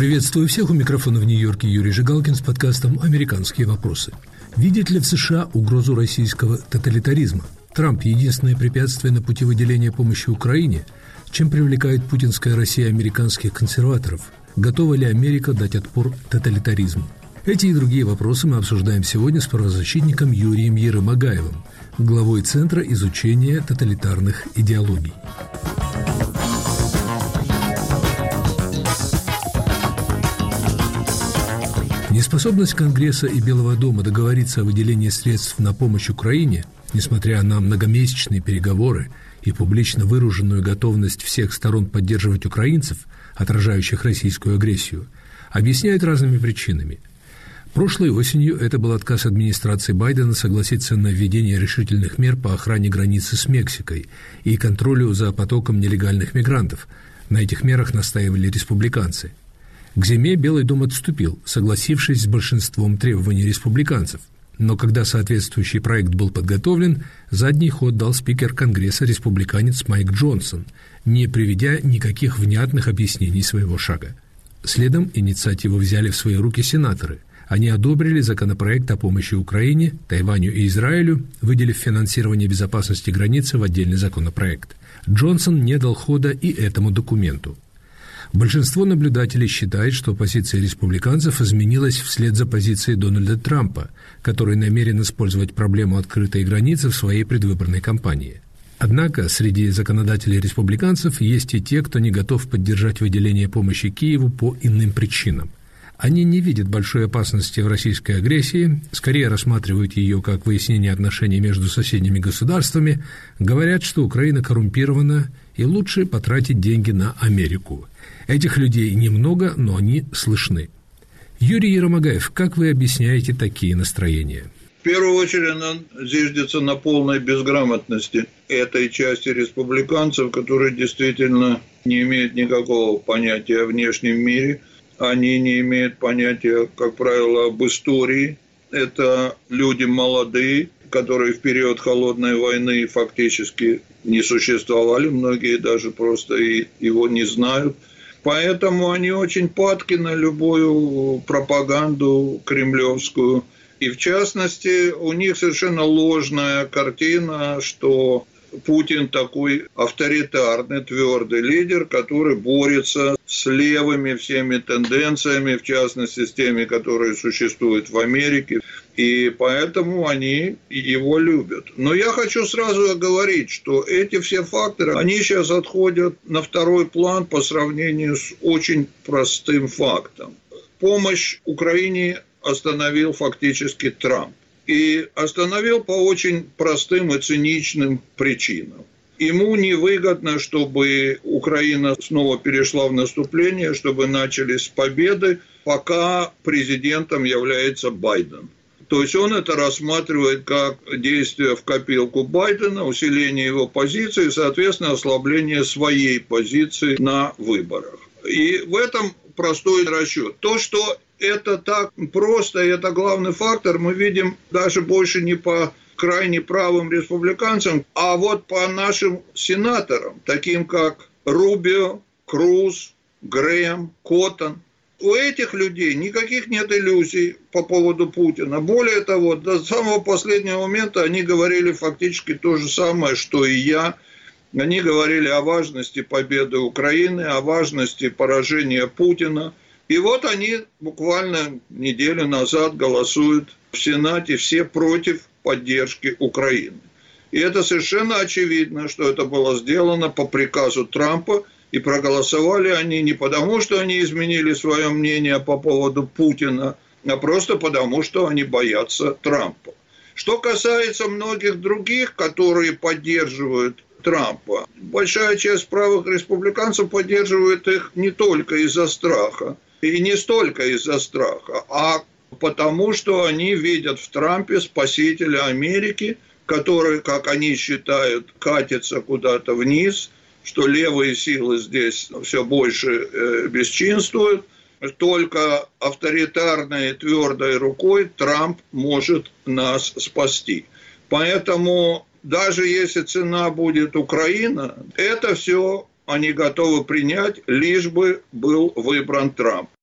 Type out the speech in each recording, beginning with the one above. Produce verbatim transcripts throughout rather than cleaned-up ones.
Приветствую всех, у микрофона в Нью-Йорке Юрий Жигалкин с подкастом «Американские вопросы». Видит ли в США угрозу российского тоталитаризма? Трамп – единственное препятствие на пути выделения помощи Украине? Чем привлекает путинская Россия американских консерваторов? Готова ли Америка дать отпор тоталитаризму? Эти и другие вопросы мы обсуждаем сегодня с правозащитником Юрием Ерымагаевым, главой Центра изучения тоталитарных идеологий. Неспособность Конгресса и Белого дома договориться о выделении средств на помощь Украине, несмотря на многомесячные переговоры и публично выраженную готовность всех сторон поддерживать украинцев, отражающих российскую агрессию, объясняют разными причинами. Прошлой осенью это был отказ администрации Байдена согласиться на введение решительных мер по охране границы с Мексикой и контролю за потоком нелегальных мигрантов. На этих мерах настаивали республиканцы. К зиме Белый дом отступил, согласившись с большинством требований республиканцев. Но когда соответствующий проект был подготовлен, задний ход дал спикер Конгресса республиканец Майк Джонсон, не приведя никаких внятных объяснений своего шага. Следом инициативу взяли в свои руки сенаторы. Они одобрили законопроект о помощи Украине, Тайваню и Израилю, выделив финансирование безопасности границы в отдельный законопроект. Джонсон не дал хода и этому документу. Большинство наблюдателей считает, что позиция республиканцев изменилась вслед за позицией Дональда Трампа, который намерен использовать проблему открытой границы в своей предвыборной кампании. Однако среди законодателей республиканцев есть и те, кто не готов поддержать выделение помощи Киеву по иным причинам. Они не видят большой опасности в российской агрессии, скорее рассматривают ее как выяснение отношений между соседними государствами, говорят, что Украина коррумпирована и лучше потратить деньги на Америку. Этих людей немного, но они слышны. Юрий Ерымагаев, как вы объясняете такие настроения? В первую очередь, она зиждется на полной безграмотности этой части республиканцев, которые действительно не имеют никакого понятия о внешнем мире. Они не имеют понятия, как правило, об истории. Это люди молодые, которые в период холодной войны фактически не существовали. Многие даже просто и его не знают. Поэтому они очень падки на любую пропаганду кремлевскую. И в частности, у них совершенно ложная картина, что Путин такой авторитарный, твердый лидер, который борется с левыми всеми тенденциями, в частности, с теми, которые существуют в Америке. И поэтому они его любят. Но я хочу сразу оговорить, что эти все факторы, они сейчас отходят на второй план по сравнению с очень простым фактом. Помощь Украине остановил фактически Трамп. И остановил по очень простым и циничным причинам. Ему невыгодно, чтобы Украина снова перешла в наступление, чтобы начались победы, пока президентом является Байден. То есть он это рассматривает как действие в копилку Байдена, усиление его позиции и, соответственно, ослабление своей позиции на выборах. И в этом простой расчет. То, что это так просто, и это главный фактор, мы видим даже больше не по крайне правым республиканцам, а вот по нашим сенаторам, таким как Рубио, Круз, Грэм, Коттон. У этих людей никаких нет иллюзий по поводу Путина. Более того, до самого последнего момента они говорили фактически то же самое, что и я. Они говорили о важности победы Украины, о важности поражения Путина. И вот они буквально неделю назад голосуют в Сенате все против поддержки Украины. И это совершенно очевидно, что это было сделано по приказу Трампа. И проголосовали они не потому, что они изменили свое мнение по поводу Путина, а просто потому, что они боятся Трампа. Что касается многих других, которые поддерживают Трампа, большая часть правых республиканцев поддерживает их не только из-за страха, и не столько из-за страха, а потому, что они видят в Трампе спасителя Америки, который, как они считают, катится куда-то вниз, что левые силы здесь все больше бесчинствуют. Только авторитарной твердой рукой Трамп может нас спасти. Поэтому даже если цена будет Украина, это все они готовы принять, лишь бы был выбран Трамп.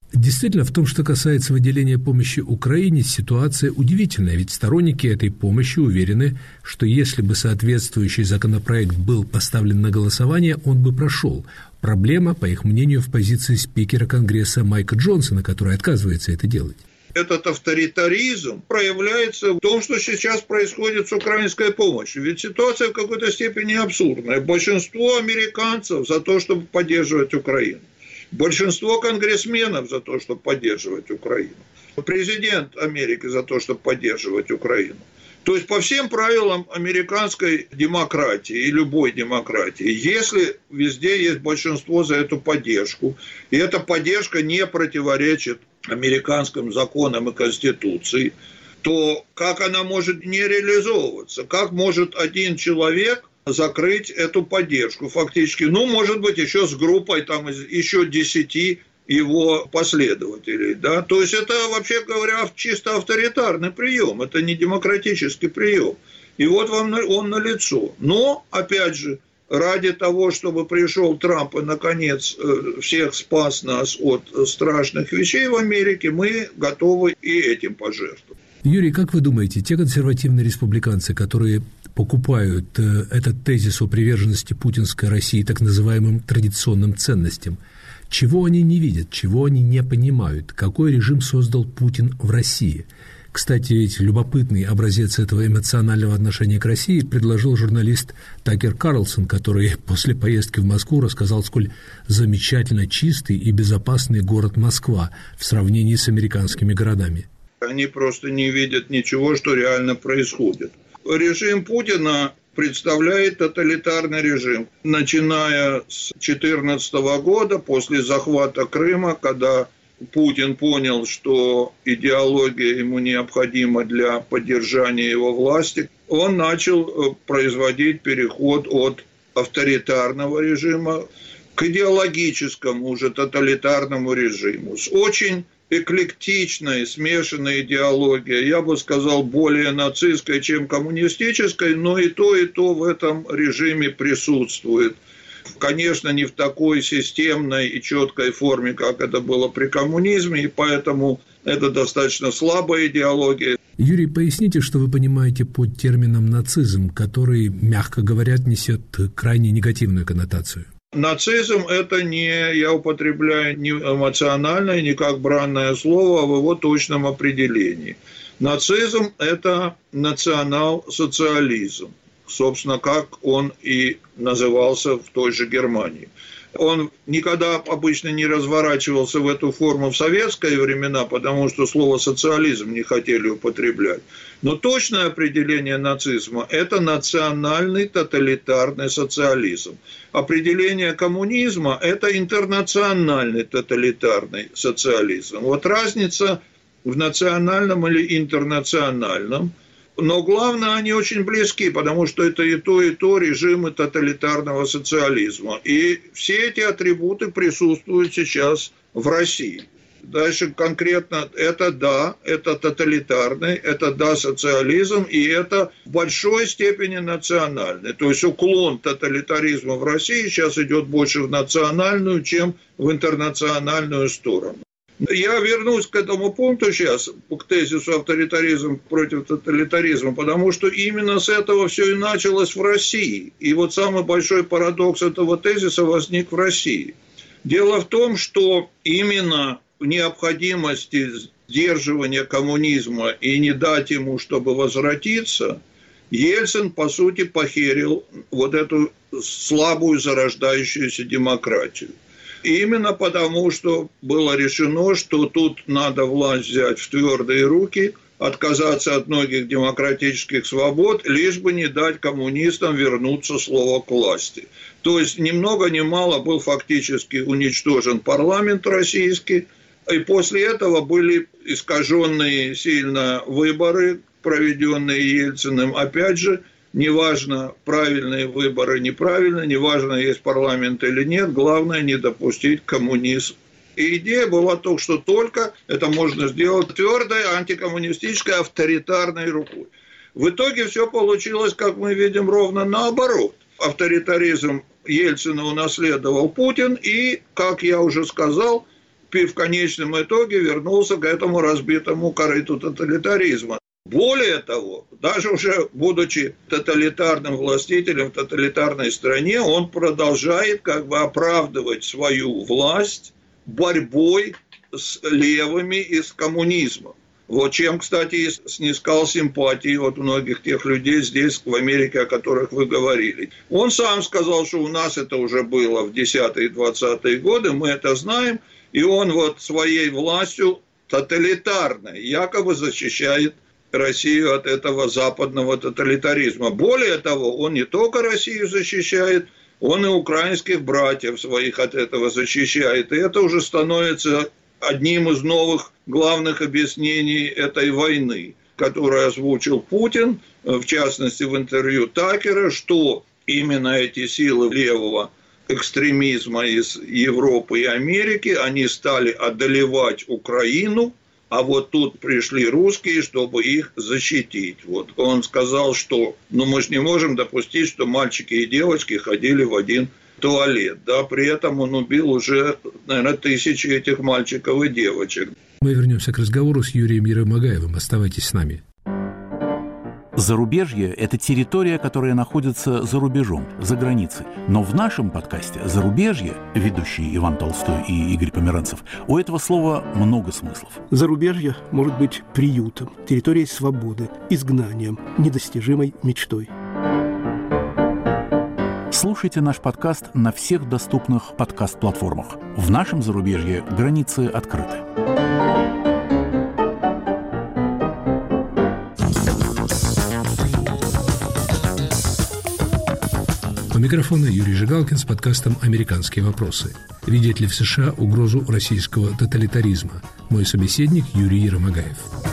Действительно, в том, что касается выделения помощи Украине, ситуация удивительная, ведь сторонники этой помощи уверены, что если бы соответствующий законопроект был поставлен на голосование, он бы прошел. Проблема, по их мнению, в позиции спикера Конгресса Майка Джонсона, который отказывается это делать. Этот авторитаризм проявляется в том, что сейчас происходит с украинской помощью. Ведь ситуация в какой-то степени абсурдная. Большинство американцев за то, чтобы поддерживать Украину. Большинство конгрессменов за то, чтобы поддерживать Украину. Президент Америки за то, чтобы поддерживать Украину. То есть, по всем правилам американской демократии и любой демократии, если везде есть большинство за эту поддержку, и эта поддержка не противоречит американским законам и Конституции, то как она может не реализовываться? Как может один человек закрыть эту поддержку фактически? Ну, может быть, еще с группой там еще десяти его последователей, да, то есть это, вообще говоря, чисто авторитарный прием, это не демократический прием, и вот вам он налицо. Но, опять же, ради того, чтобы пришел Трамп и, наконец, всех спас нас от страшных вещей в Америке, мы готовы и этим пожертвовать. Юрий, как вы думаете, те консервативные республиканцы, которые покупают этот тезис о приверженности путинской России так называемым традиционным ценностям, чего они не видят, чего они не понимают, какой режим создал Путин в России? Кстати, ведь любопытный образец этого эмоционального отношения к России предложил журналист Такер Карлсон, который после поездки в Москву рассказал, сколь замечательно чистый и безопасный город Москва в сравнении с американскими городами. Они просто не видят ничего, что реально происходит. Режим Путина представляет тоталитарный режим, начиная с две тысячи четырнадцатого года, после захвата Крыма, когда Путин понял, что идеология ему необходима для поддержания его власти, он начал производить переход от авторитарного режима к идеологическому уже тоталитарному режиму с очень эклектичной, смешанной идеологией, я бы сказал, более нацистской, чем коммунистической, но и то, и то в этом режиме присутствует. Конечно, не в такой системной и четкой форме, как это было при коммунизме, и поэтому это достаточно слабая идеология. Юрий, поясните, что вы понимаете под термином «нацизм», который, мягко говоря, несет крайне негативную коннотацию. Нацизм – это не, я употребляю не эмоциональное, не как бранное слово, а в его точном определении. Нацизм – это национал-социализм, собственно, как он и назывался в той же Германии. Он никогда обычно не разворачивался в эту форму в советские времена, потому что слово «социализм» не хотели употреблять. Но точное определение нацизма – это национальный тоталитарный социализм. Определение коммунизма – это интернациональный тоталитарный социализм. Вот разница в национальном или интернациональном. Но главное, они очень близки, потому что это и то, и то режимы тоталитарного социализма. И все эти атрибуты присутствуют сейчас в России. Дальше конкретно это да, это тоталитарный, это да, социализм, и это в большой степени национальный. То есть уклон тоталитаризма в России сейчас идет больше в национальную, чем в интернациональную сторону. Я вернусь к этому пункту сейчас, к тезису авторитаризм против тоталитаризма, потому что именно с этого все и началось в России. И вот самый большой парадокс этого тезиса возник в России. Дело в том, что именно в необходимости сдерживания коммунизма и не дать ему, чтобы возвратиться, Ельцин, по сути, похерил вот эту слабую зарождающуюся демократию. Именно потому, что было решено, что тут надо власть взять в твердые руки, отказаться от многих демократических свобод, лишь бы не дать коммунистам вернуться снова к власти. То есть, ни много ни мало был фактически уничтожен парламент российский, и после этого были искаженные сильно выборы, проведенные Ельциным, опять же, неважно, правильные выборы, неправильные, неважно, есть парламент или нет, главное не допустить коммунизм. И идея была то, что только это можно сделать твердой, антикоммунистической, авторитарной рукой. В итоге все получилось, как мы видим, ровно наоборот. Авторитаризм Ельцина унаследовал Путин, и, как я уже сказал, в конечном итоге вернулся к этому разбитому корыту тоталитаризма. Более того, даже уже будучи тоталитарным властителем в тоталитарной стране, он продолжает как бы оправдывать свою власть борьбой с левыми и с коммунизмом. Вот чем, кстати, и снискал симпатии от многих тех людей здесь, в Америке, о которых вы говорили. Он сам сказал, что у нас это уже было в десятые и двадцатые годы, мы это знаем, и он вот своей властью тоталитарной якобы защищает Россию от этого западного тоталитаризма. Более того, он не только Россию защищает, он и украинских братьев своих от этого защищает. И это уже становится одним из новых главных объяснений этой войны, которую озвучил Путин, в частности в интервью Такера, что именно эти силы левого экстремизма из Европы и Америки, они стали одолевать Украину, а вот тут пришли русские, чтобы их защитить. Вот он сказал, что ну, мы же не можем допустить, что мальчики и девочки ходили в один туалет. Да? При этом он убил уже, наверное, тысячи этих мальчиков и девочек. Мы вернемся к разговору с Юрием Еромагаевым. Оставайтесь с нами. Зарубежье – это территория, которая находится за рубежом, за границей. Но в нашем подкасте «Зарубежье», ведущие Иван Толстой и Игорь Померанцев, у этого слова много смыслов. Зарубежье может быть приютом, территорией свободы, изгнанием, недостижимой мечтой. Слушайте наш подкаст на всех доступных подкаст-платформах. В нашем зарубежье границы открыты. У микрофона Юрий Жигалкин с подкастом «Американские вопросы». Видит ли в США угрозу российского тоталитаризма? Мой собеседник Юрий Еромагаев.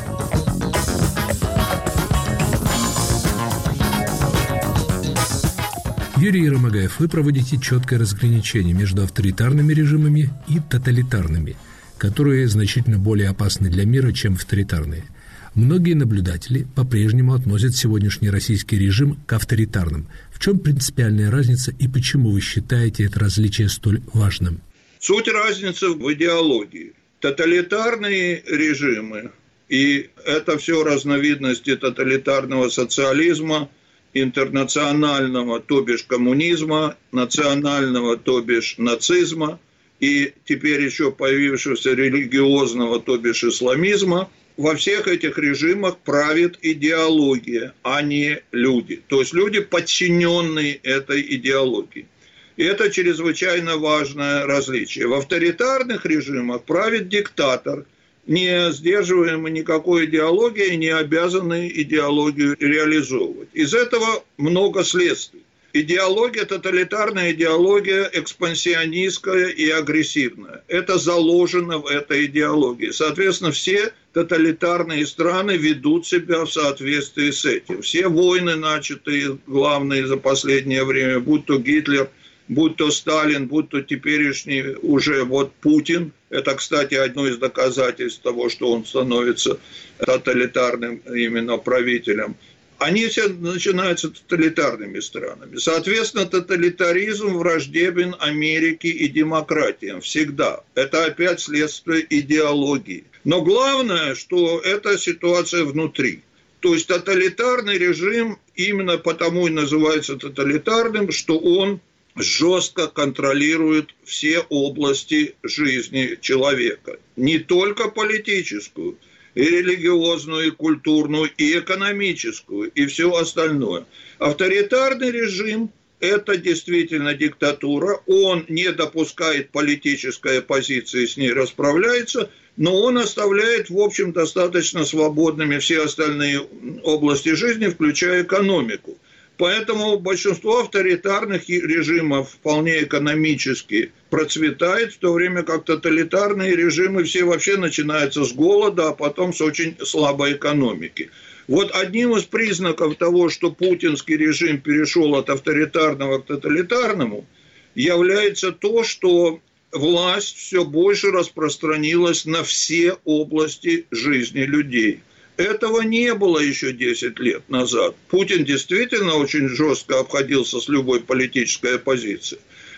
Юрий Еромагаев, вы проводите четкое разграничение между авторитарными режимами и тоталитарными, которые значительно более опасны для мира, чем авторитарные. Многие наблюдатели по-прежнему относят сегодняшний российский режим к авторитарным. В чем принципиальная разница и почему вы считаете это различие столь важным? Суть разницы в идеологии. Тоталитарные режимы, и это все разновидности тоталитарного социализма, интернационального, то бишь коммунизма, национального, то бишь нацизма, и теперь еще появившегося религиозного, то бишь исламизма. Во всех этих режимах правит идеология, а не люди. То есть люди, подчиненные этой идеологии. И это чрезвычайно важное различие. В авторитарных режимах правит диктатор, не сдерживаемый никакой идеологией, не обязанный идеологию реализовывать. Из этого много следствий. Идеология, тоталитарная идеология экспансионистская и агрессивная. Это заложено в этой идеологии. Соответственно, все тоталитарные страны ведут себя в соответствии с этим. Все войны, начатые главные за последнее время, будь то Гитлер, будь то Сталин, будь то теперешний уже вот Путин. Это, кстати, одно из доказательств того, что он становится тоталитарным именно правителем. Они все начинаются тоталитарными странами. Соответственно, тоталитаризм враждебен Америке и демократиям всегда. Это опять следствие идеологии. Но главное, что это ситуация внутри. То есть тоталитарный режим именно потому и называется тоталитарным, что он жестко контролирует все области жизни человека. Не только политическую, и религиозную, и культурную, и экономическую, и все остальное. Авторитарный режим – это действительно диктатура. Он не допускает политической оппозиции, с ней расправляется, но он оставляет, в общем, достаточно свободными все остальные области жизни, включая экономику. Поэтому большинство авторитарных режимов вполне экономически процветает, в то время как тоталитарные режимы все вообще начинаются с голода, а потом с очень слабой экономики. Вот одним из признаков того, что путинский режим перешел от авторитарного к тоталитарному, является то, что власть все больше распространилась на все области жизни людей. Этого не было еще десять лет назад. Путин действительно очень жестко обходился с любой политической оппозицией.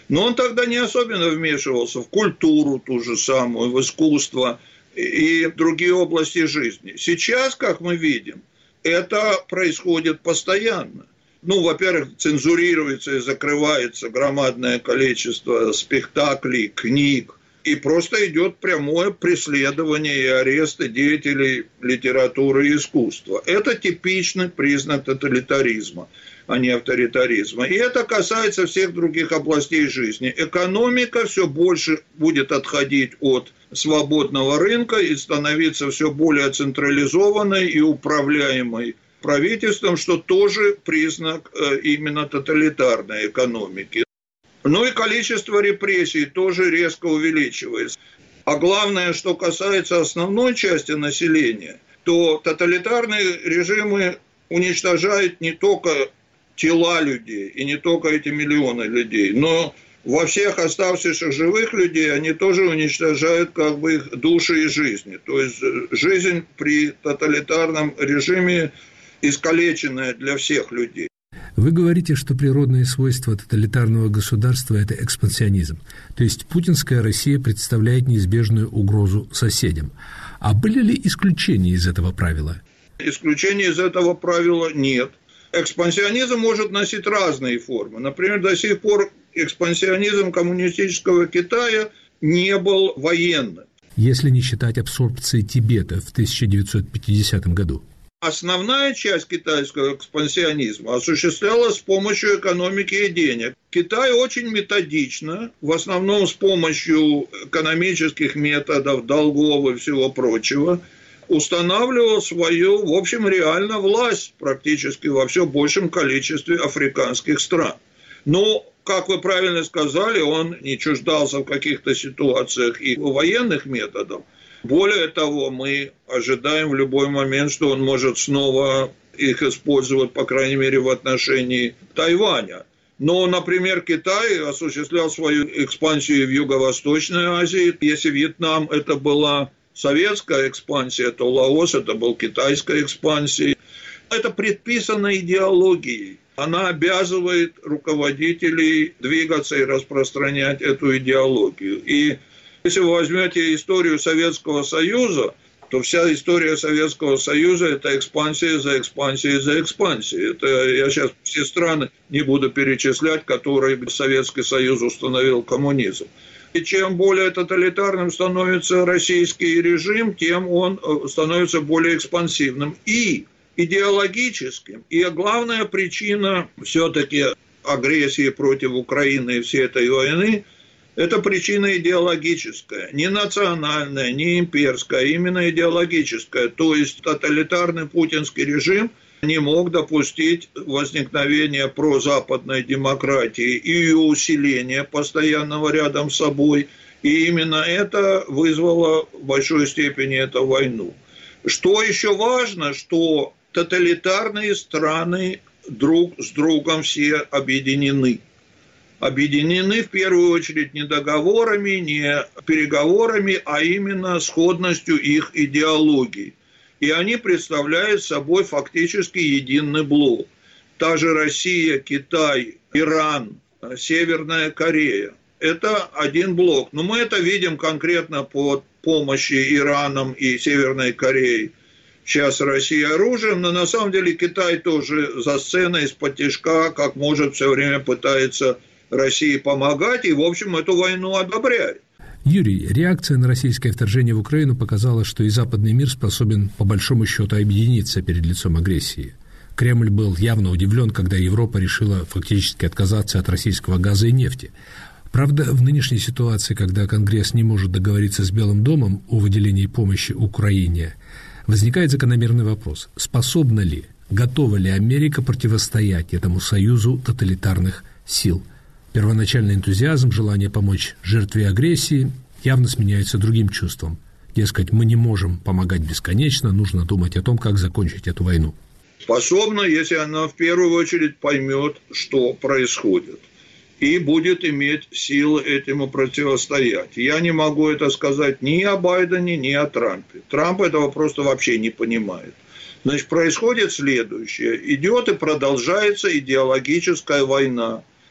Но он тогда не особенно вмешивался в культуру ту же самую, в искусство и в другие области жизни. Сейчас, как мы видим, это происходит постоянно. Ну, во-первых, цензурируется и закрывается громадное количество спектаклей, книг, и просто идет прямое преследование и арест деятелей литературы и искусства. Это типичный признак тоталитаризма, а не авторитаризма. И это касается всех других областей жизни. Экономика все больше будет отходить от свободного рынка и становиться все более централизованной и управляемой правительством, что тоже признак именно тоталитарной экономики. Ну и количество репрессий тоже резко увеличивается. А главное, что касается основной части населения, то тоталитарные режимы уничтожают не только тела людей и не только эти миллионы людей, но во всех оставшихся живых людей они тоже уничтожают как бы их души и жизни. То есть жизнь при тоталитарном режиме искалеченная для всех людей. Вы говорите, что природные свойства тоталитарного государства – это экспансионизм. То есть путинская Россия представляет неизбежную угрозу соседям. А были ли исключения из этого правила? Исключений из этого правила нет. Экспансионизм может носить разные формы. Например, до сих пор экспансионизм коммунистического Китая не был военным. Если не считать абсорбции Тибета в тысяча девятьсот пятидесятом году. Основная часть китайского экспансионизма осуществлялась с помощью экономики и денег. Китай очень методично, в основном с помощью экономических методов, долгов и всего прочего, устанавливал свою, в общем, реально власть практически во все большем количестве африканских стран. Но, как вы правильно сказали, он не чуждался в каких-то ситуациях и военных методов. Более того, мы ожидаем в любой момент, что он может снова их использовать, по крайней мере, в отношении Тайваня. Но, например, Китай осуществлял свою экспансию в Юго-Восточной Азии. Если Вьетнам – это была советская экспансия, то Лаос – это был китайская экспансия. Это предписано идеологией. Она обязывает руководителей двигаться и распространять эту идеологию. И если вы возьмете историю Советского Союза, то вся история Советского Союза – это экспансия за экспансией за экспансией. Это я сейчас все страны не буду перечислять, которые Советский Союз установил коммунизм. И чем более тоталитарным становится российский режим, тем он становится более экспансивным и идеологическим. И главная причина все-таки агрессии против Украины и всей этой войны – это причина идеологическая, не национальная, не имперская, а именно идеологическая. То есть тоталитарный путинский режим не мог допустить возникновения прозападной демократии и ее усиления постоянного рядом с собой. И именно это вызвало в большой степени эту войну. Что еще важно, что тоталитарные страны друг с другом все объединены. Объединены в первую очередь не договорами, не переговорами, а именно сходностью их идеологий. И они представляют собой фактически единый блок. Та же Россия, Китай, Иран, Северная Корея – это один блок. Но мы это видим конкретно по помощи Иранам и Северной Корее. Сейчас Россия оружием, но на самом деле Китай тоже за сценой из-под тишка, как может, все время пытается России помогать и, в общем, эту войну одобряет. Юрий, реакция на российское вторжение в Украину показала, что и западный мир способен, по большому счету, объединиться перед лицом агрессии. Кремль был явно удивлен, когда Европа решила фактически отказаться от российского газа и нефти. Правда, в нынешней ситуации, когда Конгресс не может договориться с Белым домом о выделении помощи Украине, возникает закономерный вопрос: способна ли, готова ли Америка противостоять этому союзу тоталитарных сил? Первоначальный энтузиазм, желание помочь жертве агрессии явно сменяется другим чувством. Дескать, мы не можем помогать бесконечно, нужно думать о том, как закончить эту войну. Способна, если она в первую очередь поймет, что происходит, и будет иметь силы этому противостоять. Я не могу это сказать ни о Байдене, ни о Трампе. Трамп этого просто вообще не понимает. Значит, происходит следующее. Идет и продолжается идеологическая война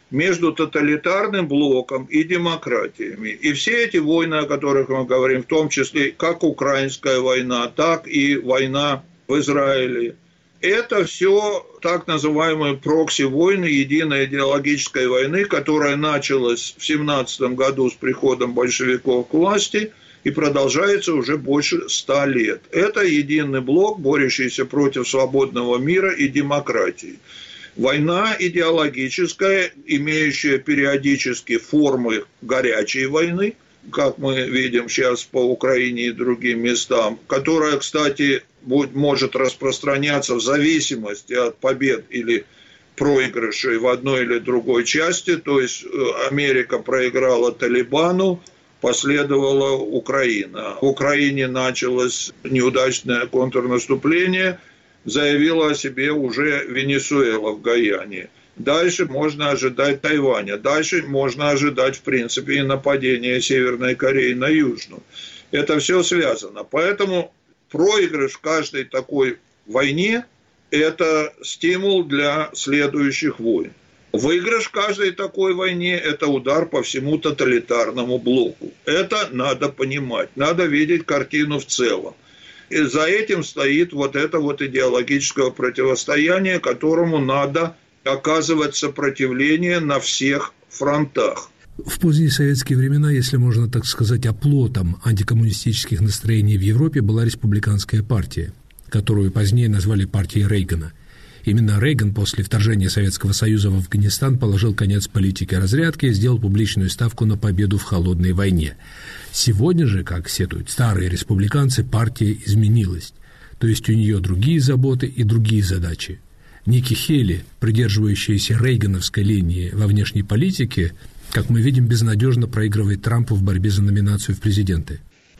между тоталитарным блоком и демократиями. И все эти войны, о которых мы говорим, в том числе как украинская война, так и война в Израиле, это все так называемые прокси-войны единой идеологической войны, которая началась в семнадцатом году с приходом большевиков к власти и продолжается уже больше ста лет. Это единый блок, борющийся против свободного мира и демократии. Война идеологическая, имеющая периодически формы горячей войны, как мы видим сейчас по Украине и другим местам, которая, кстати, будет, может распространяться в зависимости от побед или проигрышей в одной или другой части. То есть Америка проиграла Талибану, последовала Украина. В Украине началось неудачное контрнаступление, заявила о себе уже Венесуэла в Гаяне. Дальше можно ожидать Тайваня. Дальше можно ожидать, в принципе, и нападения Северной Кореи на Южную. Это все связано. Поэтому проигрыш в каждой такой войне – это стимул для следующих войн. Выигрыш в каждой такой войне – это удар по всему тоталитарному блоку. Это надо понимать. Надо видеть картину в целом. И за этим стоит вот это вот идеологическое противостояние, которому надо оказывать сопротивление на всех фронтах. В поздние советские времена, если можно так сказать, оплотом антикоммунистических настроений в Европе была республиканская партия, которую позднее назвали партией Рейгана. Именно Рейган после вторжения Советского Союза в Афганистан положил конец политике разрядки и сделал публичную ставку на победу в холодной войне. Сегодня же, как сетуют старые республиканцы, партия изменилась. То есть у нее другие заботы и другие задачи. Ники Хейли, придерживающаяся рейгановской линии во внешней политике, как мы видим, безнадежно проигрывает Трампу в борьбе за номинацию в президенты.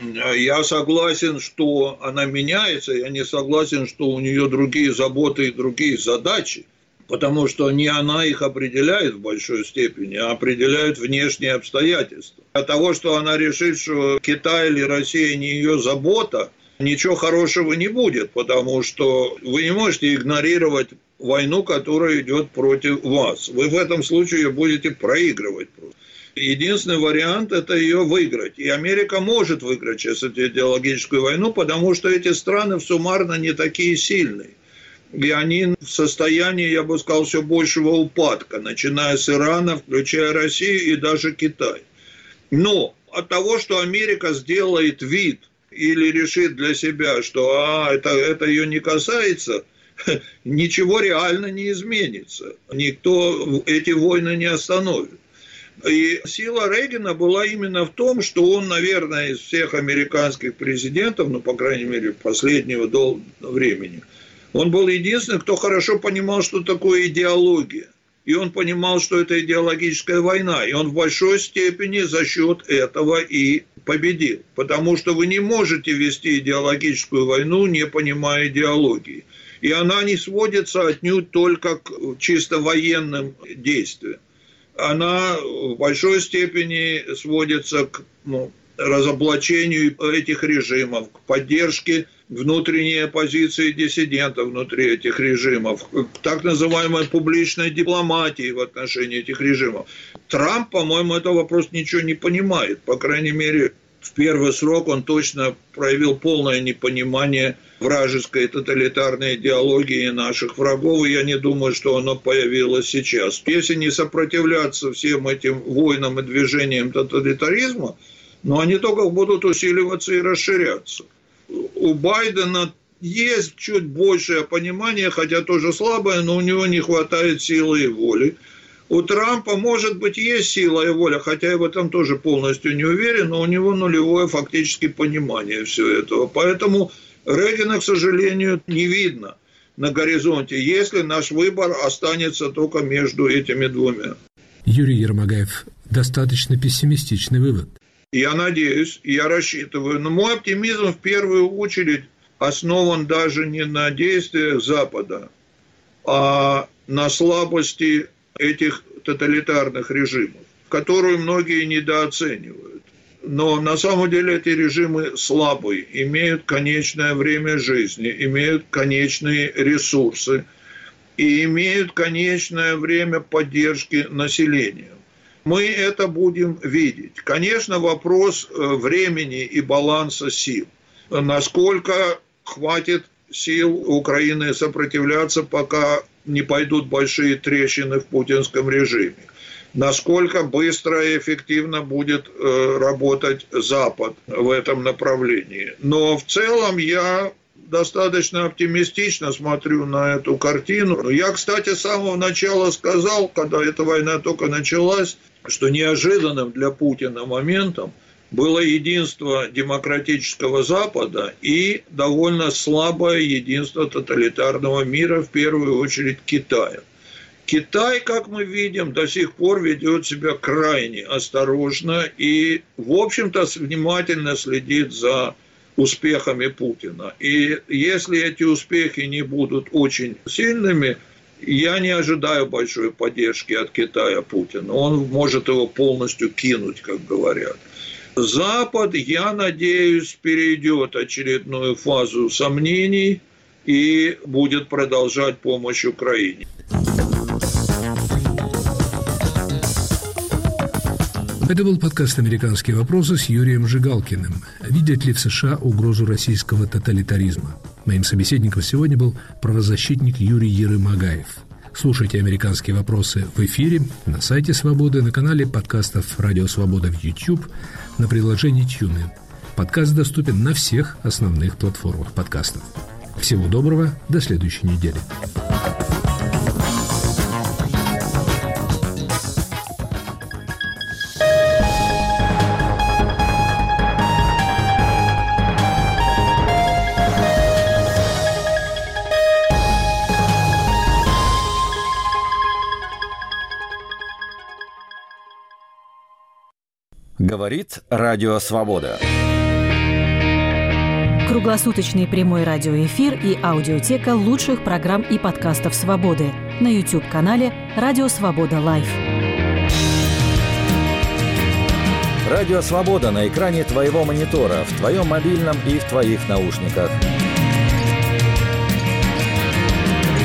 Я согласен, что она меняется, я не согласен, что у нее другие заботы и другие задачи, потому что не она их определяет в большой степени, а определяют внешние обстоятельства. От того, что она решит, что Китай или Россия не ее забота, ничего хорошего не будет, потому что вы не можете игнорировать войну, которая идет против вас. Вы в этом случае будете проигрывать просто. Единственный вариант – это ее выиграть. И Америка может выиграть сейчас эту идеологическую войну, потому что эти страны суммарно не такие сильные. И они в состоянии, я бы сказал, все большего упадка, начиная с Ирана, включая Россию и даже Китай. Но от того, что Америка сделает вид или решит для себя, что а, это, это ее не касается, ничего реально не изменится. Никто эти войны не остановит. И сила Рейгана была именно в том, что он, наверное, из всех американских президентов, ну, по крайней мере, последнего времени, он был единственным, кто хорошо понимал, что такое идеология. И он понимал, что это идеологическая война. И он в большой степени за счет этого и победил. Потому что вы не можете вести идеологическую войну, не понимая идеологии. И она не сводится отнюдь только к чисто военным действиям. Она в большой степени сводится к ну, разоблачению этих режимов, к поддержке внутренней оппозиции диссидентов внутри этих режимов, к так называемой публичной дипломатии в отношении этих режимов. Трамп, по-моему, этого просто ничего не понимает. По крайней мере, в первый срок он точно проявил полное непонимание вражеской тоталитарной идеологии наших врагов, и я не думаю, что оно появилось сейчас. Если не сопротивляться всем этим войнам и движениям тоталитаризма, но они только будут усиливаться и расширяться. У Байдена есть чуть большее понимание, хотя тоже слабое, но у него не хватает силы и воли. У Трампа, может быть, есть сила и воля, хотя я в этом тоже полностью не уверен, но у него нулевое фактически понимание всего этого. Поэтому Рейгана, к сожалению, не видно на горизонте, если наш выбор останется только между этими двумя. Юрий Ермогаев, достаточно пессимистичный вывод. Я надеюсь, я рассчитываю, но мой оптимизм в первую очередь основан даже не на действиях Запада, а на слабости этих тоталитарных режимов, которую многие недооценивают. Но на самом деле эти режимы слабые, имеют конечное время жизни, имеют конечные ресурсы. и имеют конечное время поддержки населения. Мы это будем видеть. Конечно, вопрос времени и баланса сил. Насколько хватит сил Украины сопротивляться, пока не пойдут большие трещины в путинском режиме. Насколько быстро и эффективно будет работать Запад в этом направлении. Но в целом я достаточно оптимистично смотрю на эту картину. Я, кстати, с самого начала сказал, когда эта война только началась, что неожиданным для Путина моментом было единство демократического Запада и довольно слабое единство тоталитарного мира, в первую очередь Китая. Китай, как мы видим, до сих пор ведет себя крайне осторожно и, в общем-то, внимательно следит за успехами Путина. И если эти успехи не будут очень сильными, я не ожидаю большой поддержки от Китая Путина. Он может его полностью кинуть, как говорят. Запад, я надеюсь, перейдет очередную фазу сомнений и будет продолжать помощь Украине. Это был подкаст «Американские вопросы» с Юрием Жигалкиным. Видят ли в США угрозу российского тоталитаризма? Моим собеседником сегодня был правозащитник Юрий Ерымагаев. Слушайте «Американские вопросы» в эфире, на сайте «Свободы», на канале подкастов «Радио Свобода» в YouTube, на приложении TuneIn. Подкаст доступен на всех основных платформах подкастов. Всего доброго, до следующей недели. Говорит Радио Свобода. Круглосуточный прямой радиоэфир и аудиотека лучших программ и подкастов «Свободы» на YouTube-канале «Радио Свобода Лайв». Радио Свобода на экране твоего монитора, в твоем мобильном и в твоих наушниках.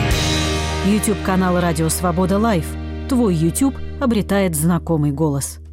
YouTube-канал «Радио Свобода Лайв». Твой YouTube обретает знакомый голос.